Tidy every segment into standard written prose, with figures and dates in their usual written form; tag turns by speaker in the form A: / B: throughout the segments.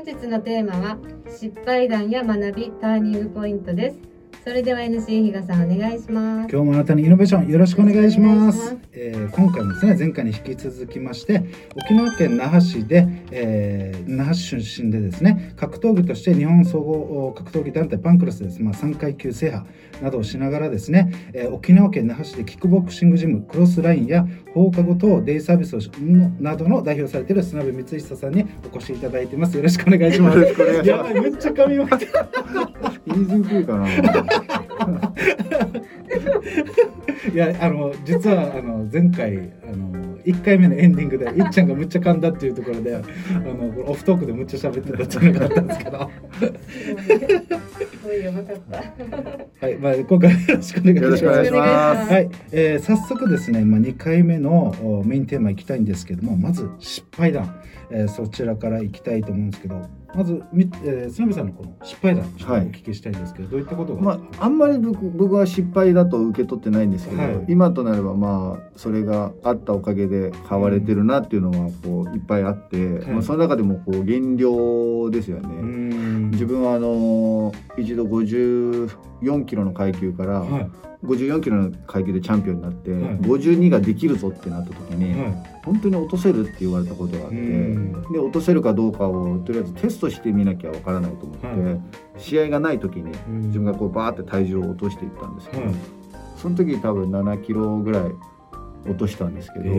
A: 本日のテーマは失敗談や学びターニングポイントです。それでは NC 比嘉さんお願いします。
B: 今日もあなたにイノベーションよろしくお願いします。今回もですね、前回に引き続きまして沖縄県那覇市で、那覇市出身でですね、格闘技として日本総合格闘技団体パンクラスです、3階級制覇などをしながらですね、沖縄県那覇市でキックボクシングジムクロスラインや放課後等デイサービスなどの代表されている砂部光久さんにお越しいただいています。よろしくお願いします。やばい、めっちゃ噛みまくって
C: 言いにくいかな。
B: いや、実は前回1回目のエンディングでいっちゃんがむっちゃ噛んだっていうところでオフトークでむっちゃ喋ってたっていうのがあったんですけど
A: すごいやばかった。
B: はい、今回よろしくお願いします。
C: よろしくお願いします。
B: はい、早速ですね、2回目のメインテーマいきたいんですけども、まず失敗談、そちらからいきたいと思うんですけど、まず砂部さんのこの失敗談ちょっとお聞きしたいんですけど、どういったことが、
C: あんまり僕は失敗だと受け取ってないんですけど、今となればそれがあったおかげで買われてるなっていうのはこういっぱいあって、その中でもこう減量ですよね。自分は一度54キロの階級から、54キロの階級でチャンピオンになって、52ができるぞってなった時に、本当に落とせるって言われたことがあって、で落とせるかどうかをとりあえずテストしてみなきゃわからないと思って、試合がない時に自分がこうバーって体重を落としていったんですけど、その時多分7キロぐらい落としたんですけど、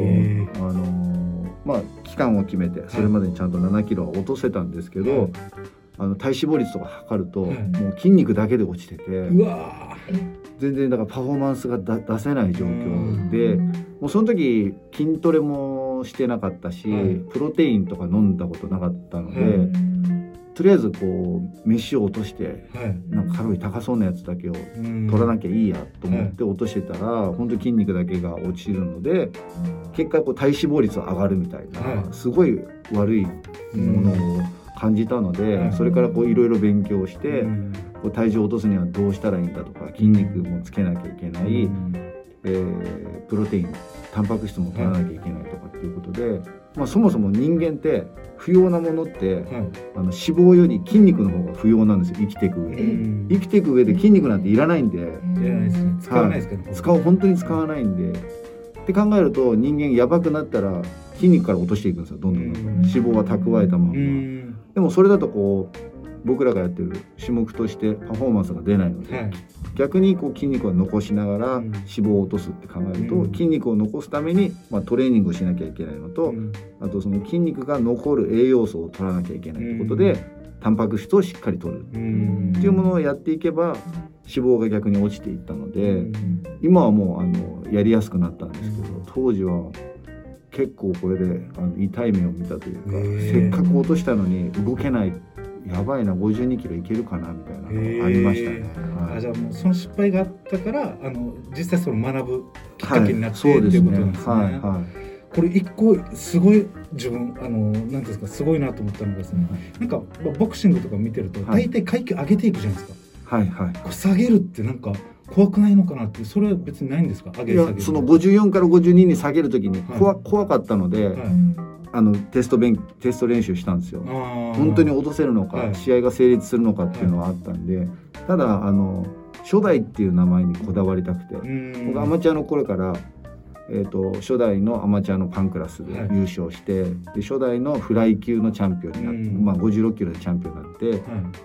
C: 期間を決めてそれまでにちゃんと7キロは落とせたんですけど、体脂肪率とか測ると、もう筋肉だけで落ちてて、全然だからパフォーマンスが出せない状況で、もうその時筋トレもしてなかったし、プロテインとか飲んだことなかったので、とりあえずこう飯を落として、なんかカロリー高そうなやつだけを取らなきゃいいやと思って落としてたら、本当に筋肉だけが落ちるので、結果こう体脂肪率上がるみたいな、すごい悪いものを感じたので、それからこういろいろ勉強して、こう体重を落とすにはどうしたらいいんだとか、筋肉もつけなきゃいけない、プロテインタンパク質も取らなきゃいけないとかっていうことで、そもそも人間って不要なものって、脂肪より筋肉の方が不要なんですよ、生きていく上で。生きていく上で筋肉なんていらないんで、
B: 使わないですけど、
C: 本当に使わないんで、って考えると人間やばくなったら筋肉から落としていくんですよ、どんどん脂肪は蓄えたまま。でもそれだとこう僕らがやってる種目としてパフォーマンスが出ないので、逆にこう筋肉を残しながら脂肪を落とすって考えると、筋肉を残すためにトレーニングをしなきゃいけないのと、あとその筋肉が残る栄養素を取らなきゃいけないということで、タンパク質をしっかり取るっていうものをやっていけば脂肪が逆に落ちていったので、今はもうやりやすくなったんですけど、当時は結構これで痛い目を見たというか、せっかく落としたのに動けない、やばいな、52キロいけるかなみたいなのがありましたね。
B: じゃあもうその失敗があったから実際その学ぶきっかけになって、っていうことなんですね。これ一個すごい自分なんですか、すごいなと思ったのがですね、なんかボクシングとか見てると大体階級上げていくじゃないですか。これ下げるってなんか怖くないのかなって、それは別にないんですか？上げる下げる。
C: その54から52に下げるときに怖かったので、テスト練習したんですよ。本当に落とせるのか、試合が成立するのかっていうのはあったんで、ただ初代っていう名前にこだわりたくて、僕アマチュアの頃から初代のアマチュアのパンクラスで優勝して、で初代のフライ級のチャンピオンになって、56キロでチャンピオンになって、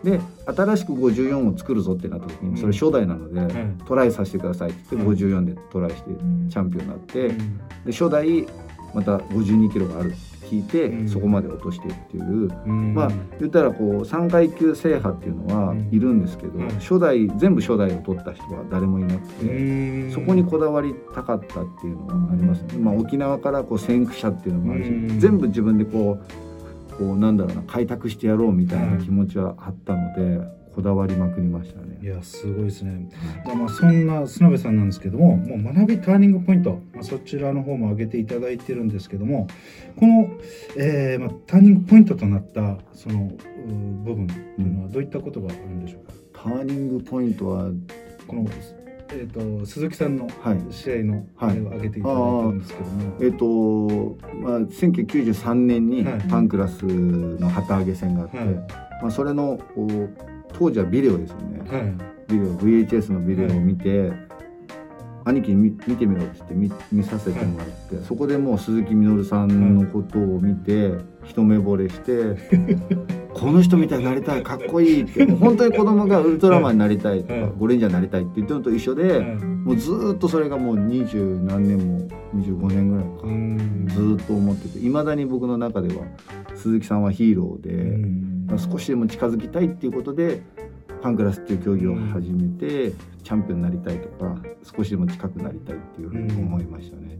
C: で新しく54を作るぞってなった時に、それ初代なので、トライさせてくださいって言って54でトライしてチャンピオンになって、で初代また52キロがあるって聞いて、そこまで落としてっていう、言ったらこう3階級制覇っていうのはいるんですけど、全部初代を取った人は誰もいなくて、そこにこだわりたかったっていうのはありますね。沖縄からこう先駆者っていうのもあるし、全部自分でこうなんだろうな、開拓してやろうみたいな気持ちはあったので、こだわりまくりましたね。
B: いや、すごいですね。そんな砂部さんなんですけども、もう学びターニングポイント、そちらの方も挙げていただいてるんですけども、この、ターニングポイントとなったその部分というのはどういったことがあるんでしょうか？
C: ターニングポイントは
B: この鈴木さんの試合のあれを挙げていただいたんですけども、
C: 1993年にパンクラスの旗揚げ戦があって、それの当時はビデオですよね、ビデオ VHS のビデオを見て、兄貴に見てみろって言って見させてもらって、そこでもう鈴木みのるさんのことを見て一目惚れしてこの人みたいになりたい、かっこいいって本当に子供がウルトラマンになりたいとかゴレンジャーになりたいって言ってるのと一緒で、もうずっとそれがもう20何年も25年ぐらいかずっと思ってて、いまだに僕の中では鈴木さんはヒーローで、少しでも近づきたいっていうことでパンクラスっていう競技を始めて、チャンピオンになりたいとか少しでも近くなりたいっていうふうに思いましたね。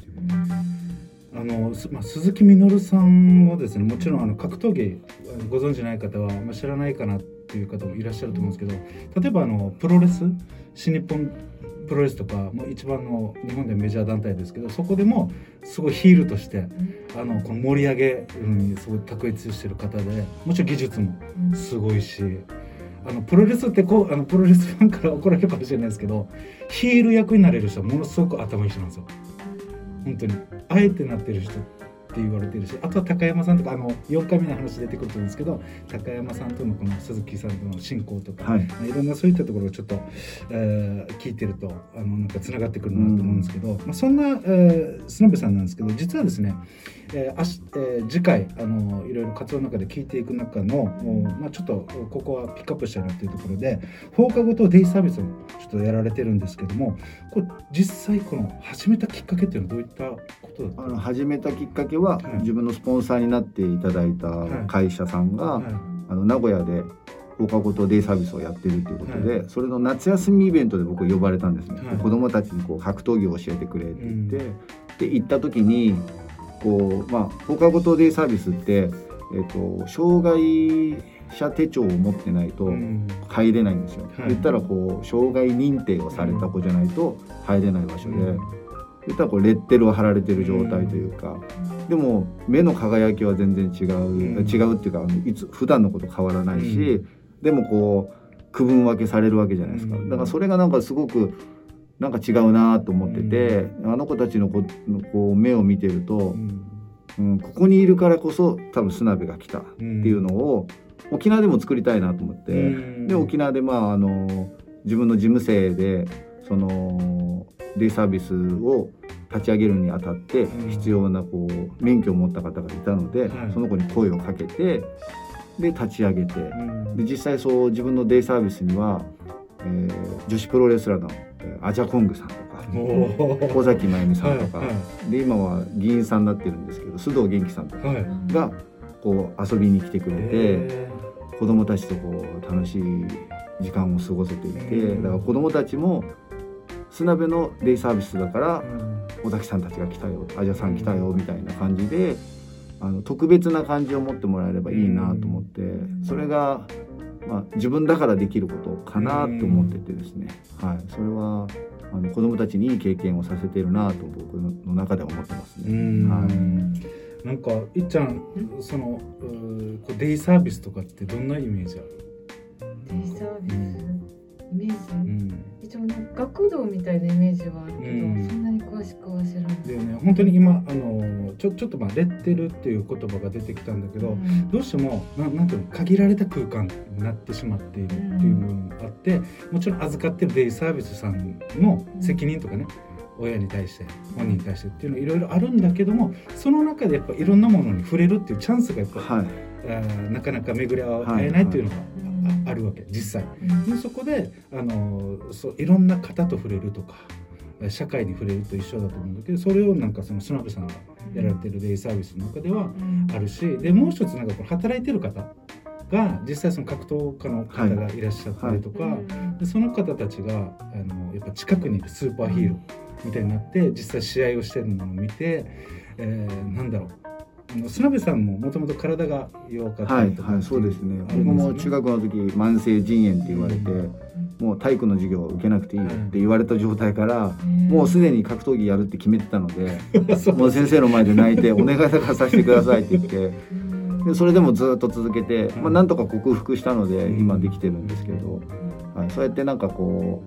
B: 鈴木みのるさんはですね、もちろん格闘技ご存じない方は、知らないかなっていう方もいらっしゃると思うんですけど、例えばプロレス、新日本プロレスとか、一番の日本でメジャー団体ですけど、そこでもすごいヒールとしてこの盛り上げにすごい卓越してる方で、もちろん技術もすごいし、プロレスってプロレスファンから怒られるかもしれないですけど、ヒール役になれる人はものすごく頭いい人なんですよ。本当にあえてなってる人って言われてるし、あとは高山さんとか4回目の話出てくると思うんですけど、高山さんとのこの鈴木さんとの親交とか、いろんなそういったところをちょっと、聞いてるとなんかつながってくるなと思うんですけど、そんな、砂部さんなんですけど、実はですね、次回いろいろ活動の中で聞いていく中の、ちょっとここはピックアップしたいなというところで、放課後とデイサービスをちょっとやられてるんですけども、これ実際この始めたきっかけっていうのはどういったことだったんですか？
C: 始めたきっかけは、自分のスポンサーになっていただいた会社さんが、名古屋で放課後とデイサービスをやってるということで、それの夏休みイベントで僕呼ばれたんですね。子どもたちに格闘技を教えてくれって言って、で行った時に放課後とデイサービスって、障害者手帳を持ってないと入れないんですよ。言ったら障害認定をされた子じゃないと入れない場所で、言ったらレッテルを貼られてる状態というか、でも目の輝きは全然違うっていうか、普段のこと変わらないし、でも区分分けされるわけじゃないですか。だからそれがなんかすごくなんか違うなと思ってて、あの子たちの目を見てると、ここにいるからこそ多分砂部が来たっていうのを沖縄でも作りたいなと思って、で沖縄で自分の事務生でそのデイサービスを立ち上げるにあたって必要な免許を持った方がいたので、その子に声をかけてで立ち上げて、で実際そう自分のデイサービスには、女子プロレスラーのアジャコングさんとか尾崎真由美さんとか、で今は議員さんになってるんですけど須藤元気さんとかが遊びに来てくれて、子どもたちと楽しい時間を過ごせていて、だから子どもたちも砂部のデイサービスだから尾崎さんたちが来たよ、アジャさん来たよみたいな感じで特別な感じを持ってもらえればいいなと思って、それが自分だからできることかなと思っててですね、それは子どもたちにいい経験をさせているなと僕の中では思ってますね。
B: なんかいっちゃん、そのデイサービスとかってどんなイメージある？
A: デイサービス、イメージ、一応学童みたいなイメージはあるけど、そんなに詳しくは知らない。
B: でね、本当に今ちょっとレッテルっていう言葉が出てきたんだけど、どうしてもなんていうの、限られた空間になってしまっているっていう部分があって、もちろん預かってるデイサービスさんの責任とかね、親に対して本人に対してっていうのいろいろあるんだけども、その中でやっぱいろんなものに触れるっていうチャンスがやっぱ、なかなか巡り合えないっていうのがあるわけ、実際。でそこでいろんな方と触れるとか社会に触れると一緒だと思うんだけど、それをなんかその砂部さんがやられてるデイサービスの中ではあるし、でもう一つなんか働いてる方が実際その格闘家の方がいらっしゃったりとか、でその方たちがやっぱ近くにいるスーパーヒーローみたいになって実際試合をしてるのを見て、なんだろう、砂部さんももともと体が弱かったりとか、
C: そうですね。僕も中学の時慢性腎炎って言われて、もう体育の授業を受けなくていいよって言われた状態から、もうすでに格闘技やるって決めてたのでもう先生の前で泣いてお願いだからさせてくださいって言ってでそれでもずっと続けて、なんとか克服したので今できてるんですけど、そうやってなんか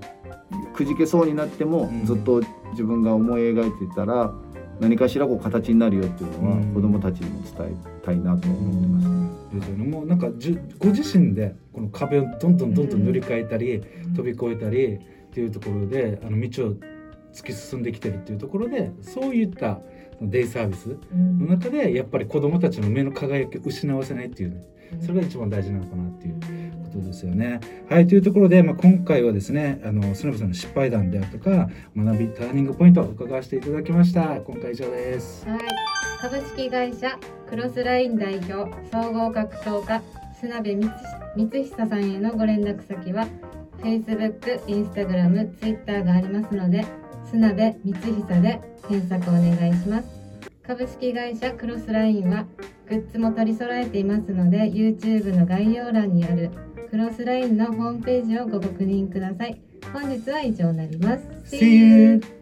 C: くじけそうになっても、ずっと自分が思い描いてたら何かしらこう形になるよっていうのは子どもたちにも伝えたいなと思ってますね。
B: ですよね。もうなんかご自身でこの壁をどんどん塗り替えたり、飛び越えたりっていうところで道を突き進んできてるっていうところで、そういったデイサービスの中でやっぱり子どもたちの目の輝きを失わせないっていうね、それが一番大事なのかなっていうことですよね。はい、というところで、今回はですね砂部さんの失敗談であるとか学びターニングポイントを伺わせていただきました。今回以上です。
A: はい、株式会社クロスライン代表総合格闘家砂部光久さんへのご連絡先は Facebook、Instagram、Twitter がありますので、砂部光久で検索お願いします。株式会社クロスラインはグッズも取り揃えていますので、 YouTube の概要欄にあるクロスラインのホームページをご確認ください。本日は以上になります。
B: See you!